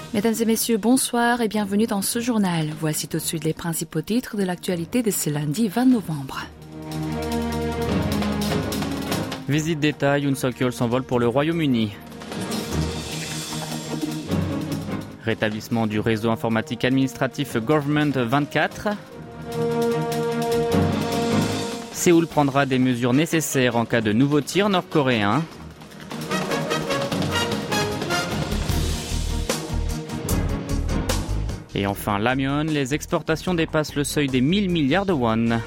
Mesdames et messieurs, bonsoir et bienvenue dans ce journal. Voici tout de suite les principaux titres de l'actualité de ce lundi 20 novembre. Visite d'État, Yoon Suk-yeol s'envole pour le Royaume-Uni. Rétablissement du réseau informatique administratif Government 24. Séoul prendra des mesures nécessaires en cas de nouveaux tirs nord-coréens. Et enfin, l'Amion, les exportations dépassent le seuil des 1000 milliards de won.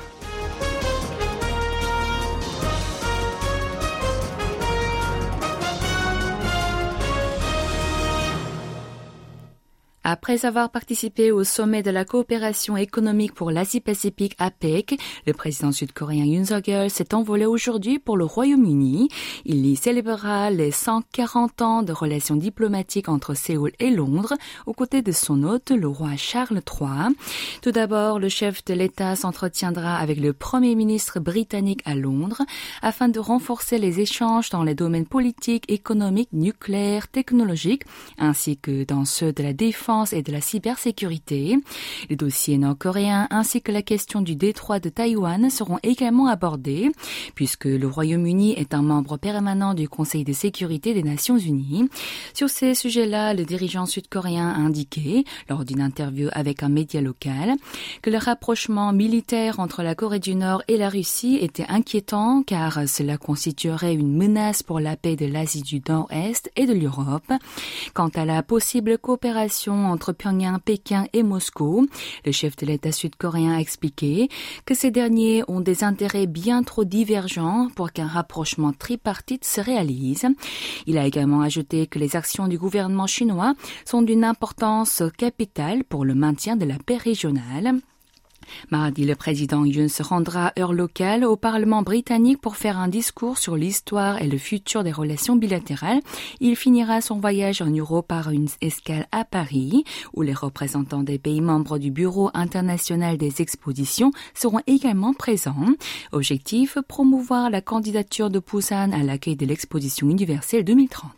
Après avoir participé au sommet de la coopération économique pour l'Asie-Pacifique APEC, le président sud-coréen Yoon Suk-yeol s'est envolé aujourd'hui pour le Royaume-Uni. Il y célébrera les 140 ans de relations diplomatiques entre Séoul et Londres, aux côtés de son hôte, le roi Charles III. Tout d'abord, le chef de l'État s'entretiendra avec le Premier ministre britannique à Londres, afin de renforcer les échanges dans les domaines politiques, économiques, nucléaires, technologiques, ainsi que dans ceux de la défense et de la cybersécurité. Les dossiers nord-coréens ainsi que la question du détroit de Taïwan seront également abordés, puisque le Royaume-Uni est un membre permanent du Conseil de sécurité des Nations Unies. Sur ces sujets-là, le dirigeant sud-coréen a indiqué, lors d'une interview avec un média local, que le rapprochement militaire entre la Corée du Nord et la Russie était inquiétant, car cela constituerait une menace pour la paix de l'Asie du Nord-Est et de l'Europe. Quant à la possible coopération entre Pyongyang, Pékin et Moscou, le chef de l'État sud-coréen a expliqué que ces derniers ont des intérêts bien trop divergents pour qu'un rapprochement tripartite se réalise. Il a également ajouté que les actions du gouvernement chinois sont d'une importance capitale pour le maintien de la paix régionale. Mardi, le président Yoon se rendra heure locale au Parlement britannique pour faire un discours sur l'histoire et le futur des relations bilatérales. Il finira son voyage en Europe par une escale à Paris, où les représentants des pays membres du Bureau international des expositions seront également présents. Objectif, promouvoir la candidature de Busan à l'accueil de l'exposition universelle 2030.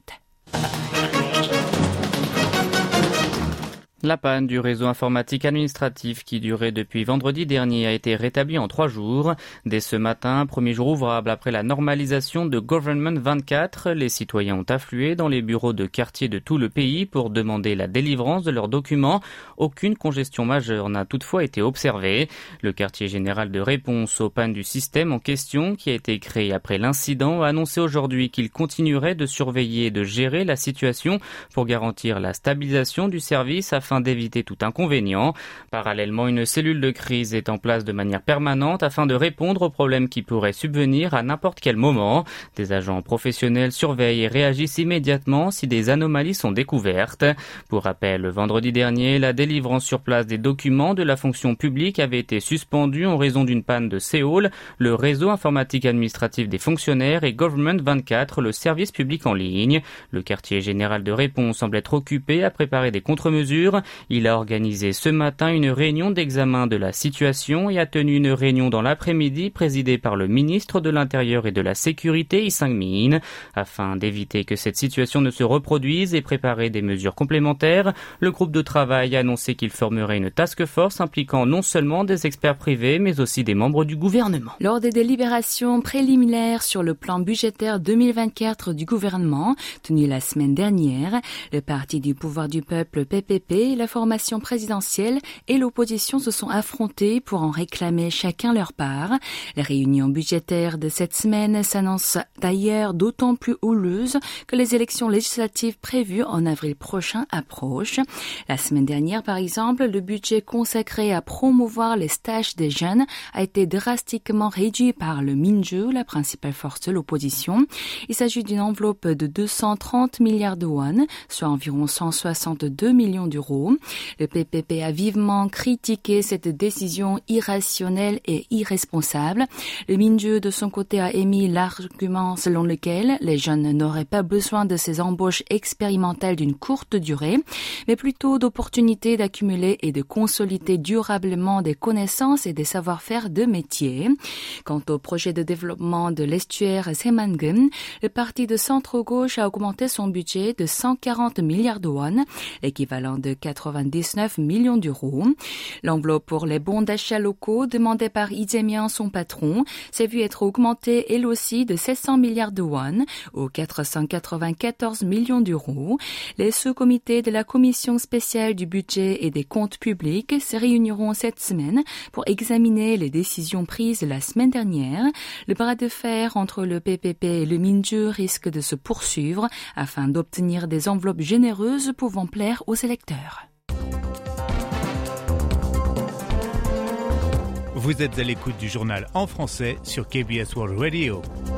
La panne du réseau informatique administratif qui durait depuis vendredi dernier a été rétablie en 3 jours. Dès ce matin, premier jour ouvrable après la normalisation de Government 24, les citoyens ont afflué dans les bureaux de quartier de tout le pays pour demander la délivrance de leurs documents. Aucune congestion majeure n'a toutefois été observée. Le quartier général de réponse aux pannes du système en question, qui a été créé après l'incident, a annoncé aujourd'hui qu'il continuerait de surveiller et de gérer la situation pour garantir la stabilisation du service afin d'éviter tout inconvénient. Parallèlement, une cellule de crise est en place de manière permanente afin de répondre aux problèmes qui pourraient subvenir à n'importe quel moment. Des agents professionnels surveillent et réagissent immédiatement si des anomalies sont découvertes. Pour rappel, vendredi dernier, la délivrance sur place des documents de la fonction publique avait été suspendue en raison d'une panne de Séoul, le réseau informatique administratif des fonctionnaires et Government 24, le service public en ligne. Le quartier général de réponse semble être occupé à préparer des contre-mesures. Il a organisé ce matin une réunion d'examen de la situation et a tenu une réunion dans l'après-midi présidée par le ministre de l'Intérieur et de la Sécurité, Lee Sang-min. Afin d'éviter que cette situation ne se reproduise et préparer des mesures complémentaires, le groupe de travail a annoncé qu'il formerait une task force impliquant non seulement des experts privés, mais aussi des membres du gouvernement. Lors des délibérations préliminaires sur le plan budgétaire 2024 du gouvernement, tenu la semaine dernière, le Parti du pouvoir du peuple PPP, la formation présidentielle et l'opposition se sont affrontés pour en réclamer chacun leur part. La réunion budgétaire de cette semaine s'annonce d'ailleurs d'autant plus houleuse que les élections législatives prévues en avril prochain approchent. La semaine dernière, par exemple, le budget consacré à promouvoir les stages des jeunes a été drastiquement réduit par le Minju, la principale force de l'opposition. Il s'agit d'une enveloppe de 230 milliards de won, soit environ 162 millions d'euros, d'euros. Le PPP a vivement critiqué cette décision irrationnelle et irresponsable. Le Minju, de son côté, a émis l'argument selon lequel les jeunes n'auraient pas besoin de ces embauches expérimentales d'une courte durée, mais plutôt d'opportunités d'accumuler et de consolider durablement des connaissances et des savoir-faire de métier. Quant au projet de développement de l'estuaire Saemangeum, le parti de centre-gauche a augmenté son budget de 140 milliards de won, l'équivalent de 99 millions d'euros. L'enveloppe pour les bons d'achat locaux demandée par Lee Jae-myung, son patron, s'est vue être augmentée elle aussi de 700 milliards de won aux 494 millions d'euros. Les sous-comités de la Commission spéciale du budget et des comptes publics se réuniront cette semaine pour examiner les décisions prises la semaine dernière. Le bras de fer entre le PPP et le Minju risque de se poursuivre afin d'obtenir des enveloppes généreuses pouvant plaire aux électeurs. Vous êtes à l'écoute du journal en français sur KBS World Radio.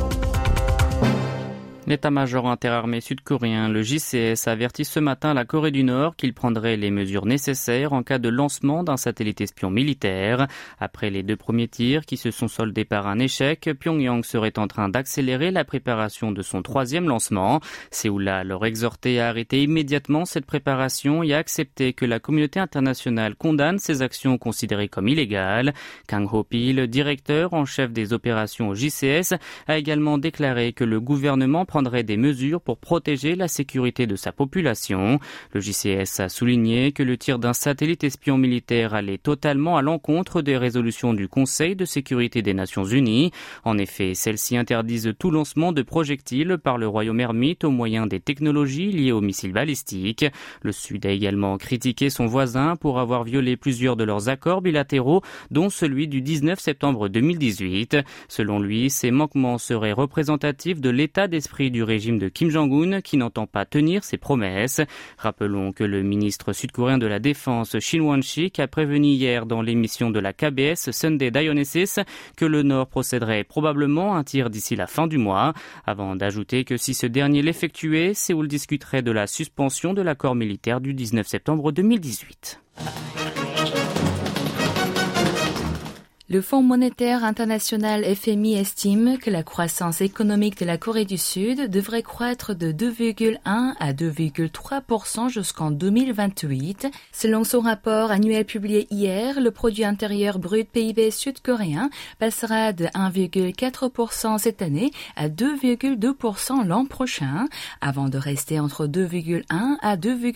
L'état-major interarmé sud-coréen, le JCS, avertit ce matin la Corée du Nord qu'il prendrait les mesures nécessaires en cas de lancement d'un satellite espion militaire. Après les 2 premiers tirs qui se sont soldés par un échec, Pyongyang serait en train d'accélérer la préparation de son 3e lancement. Séoul a alors exhorté à arrêter immédiatement cette préparation et à accepter que la communauté internationale condamne ces actions considérées comme illégales. Kang Ho-pi, le directeur en chef des opérations au JCS, a également déclaré que le gouvernement prendrait des mesures pour protéger la sécurité de sa population. Le JCS a souligné que le tir d'un satellite espion militaire allait totalement à l'encontre des résolutions du Conseil de sécurité des Nations Unies. En effet, celles-ci interdisent tout lancement de projectiles par le royaume ermite au moyen des technologies liées aux missiles balistiques. Le Sud a également critiqué son voisin pour avoir violé plusieurs de leurs accords bilatéraux, dont celui du 19 septembre 2018. Selon lui, ces manquements seraient représentatifs de l'état d'esprit du régime de Kim Jong-un qui n'entend pas tenir ses promesses. Rappelons que le ministre sud-coréen de la Défense Shin Won-sik a prévenu hier dans l'émission de la KBS Sunday Dionysus que le Nord procéderait probablement à un tir d'ici la fin du mois, avant d'ajouter que si ce dernier l'effectuait, Séoul discuterait de la suspension de l'accord militaire du 19 septembre 2018. Le Fonds monétaire international FMI estime que la croissance économique de la Corée du Sud devrait croître de 2,1 à 2,3% jusqu'en 2028. Selon son rapport annuel publié hier, le produit intérieur brut PIB sud-coréen passera de 1,4% cette année à 2,2% l'an prochain, avant de rester entre 2,1 à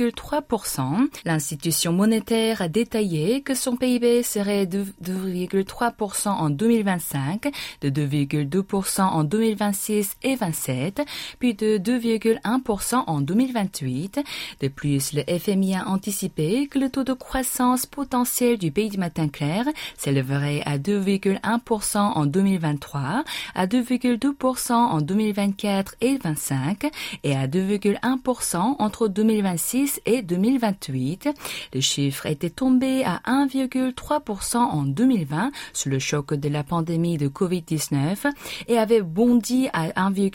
2,3%. L'institution monétaire a détaillé que son PIB serait de 2,3% en 2025, de 2,2% en 2026 et 27, puis de 2,1% en 2028. De plus, le FMI a anticipé que le taux de croissance potentiel du pays du matin clair s'élèverait à 2,1% en 2023, à 2,2% en 2024 et 2025 et à 2,1% entre 2026 et 2028. Le chiffre était tombé à 1,3% en 2020 sous le choc de la pandémie de Covid-19 et avait bondi à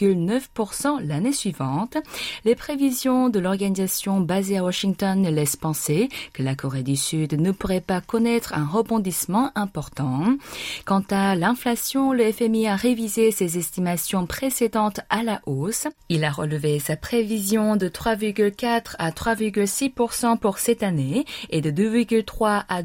1,9% l'année suivante. Les prévisions de l'organisation basée à Washington laissent penser que la Corée du Sud ne pourrait pas connaître un rebondissement important. Quant à l'inflation, le FMI a révisé ses estimations précédentes à la hausse. Il a relevé sa prévision de 3,4 à 3,6% pour cette année et de 2,3 à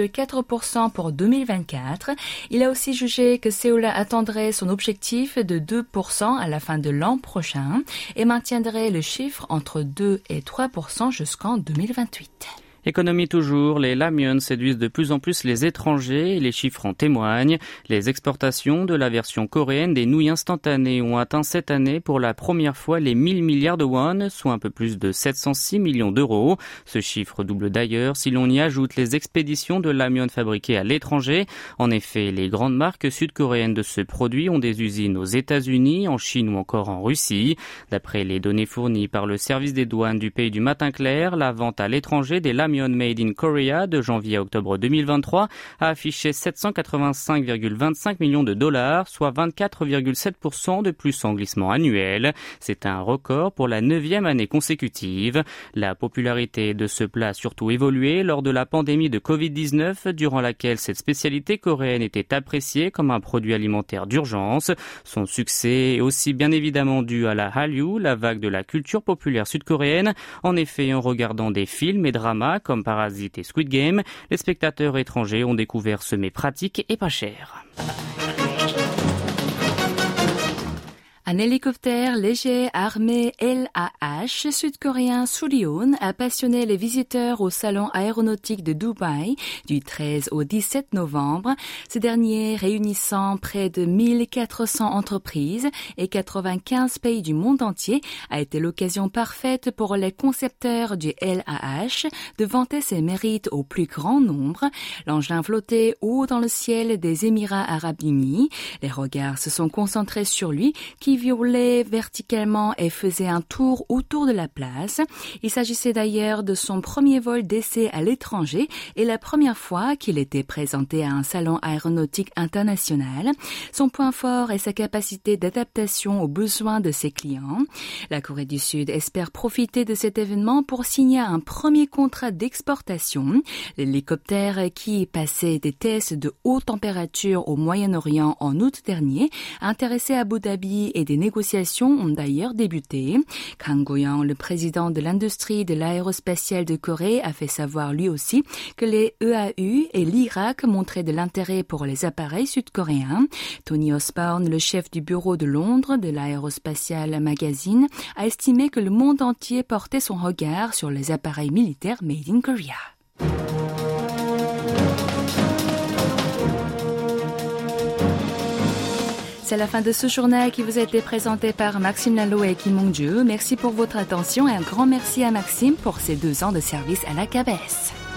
2,4% pour 2024. Il a aussi jugé que Séoul atteindrait son objectif de 2% à la fin de l'an prochain et maintiendrait le chiffre entre 2 et 3% jusqu'en 2028. Économie toujours, les lamyeon séduisent de plus en plus les étrangers et les chiffres en témoignent. Les exportations de la version coréenne des nouilles instantanées ont atteint cette année pour la première fois les 1000 milliards de won, soit un peu plus de 706 millions d'euros. Ce chiffre double d'ailleurs si l'on y ajoute les expéditions de lamyeon fabriqués à l'étranger. En effet, les grandes marques sud-coréennes de ce produit ont des usines aux États-Unis, en Chine ou encore en Russie. D'après les données fournies par le service des douanes du pays du matin clair, la vente à l'étranger des lamyeon camion Made in Korea de janvier à octobre 2023 a affiché 785,25 millions de dollars, soit 24,7% de plus en glissement annuel. C'est un record pour la 9e année consécutive. La popularité de ce plat a surtout évolué lors de la pandémie de Covid-19, durant laquelle cette spécialité coréenne était appréciée comme un produit alimentaire d'urgence. Son succès est aussi bien évidemment dû à la Hallyu, la vague de la culture populaire sud-coréenne. En effet, en regardant des films et dramas comme Parasite et Squid Game, les spectateurs étrangers ont découvert ce mets pratique et pas cher. Un hélicoptère léger armé LAH sud-coréen Suryeon a passionné les visiteurs au salon aéronautique de Dubaï du 13 au 17 novembre. Ce dernier réunissant près de 1400 entreprises et 95 pays du monde entier a été l'occasion parfaite pour les concepteurs du LAH de vanter ses mérites au plus grand nombre. L'engin flottait haut dans le ciel des Émirats arabes unis. Les regards se sont concentrés sur lui qui volait verticalement et faisait un tour autour de la place. Il s'agissait d'ailleurs de son premier vol d'essai à l'étranger et la première fois qu'il était présenté à un salon aéronautique international. Son point fort est sa capacité d'adaptation aux besoins de ses clients. La Corée du Sud espère profiter de cet événement pour signer un premier contrat d'exportation. L'hélicoptère qui passait des tests de haute température au Moyen-Orient en août dernier a intéressé Abu Dhabi et des négociations ont d'ailleurs débuté. Kang Go-young, le président de l'industrie de l'aérospatiale de Corée, a fait savoir lui aussi que les EAU et l'Irak montraient de l'intérêt pour les appareils sud-coréens. Tony Osborne, le chef du bureau de Londres de l'Aérospatial Magazine, a estimé que le monde entier portait son regard sur les appareils militaires made in Korea. C'est la fin de ce journal qui vous a été présenté par Maxime Lalo et Kim Mong-ju. Merci pour votre attention et un grand merci à Maxime pour ses 2 ans de service à la KBS.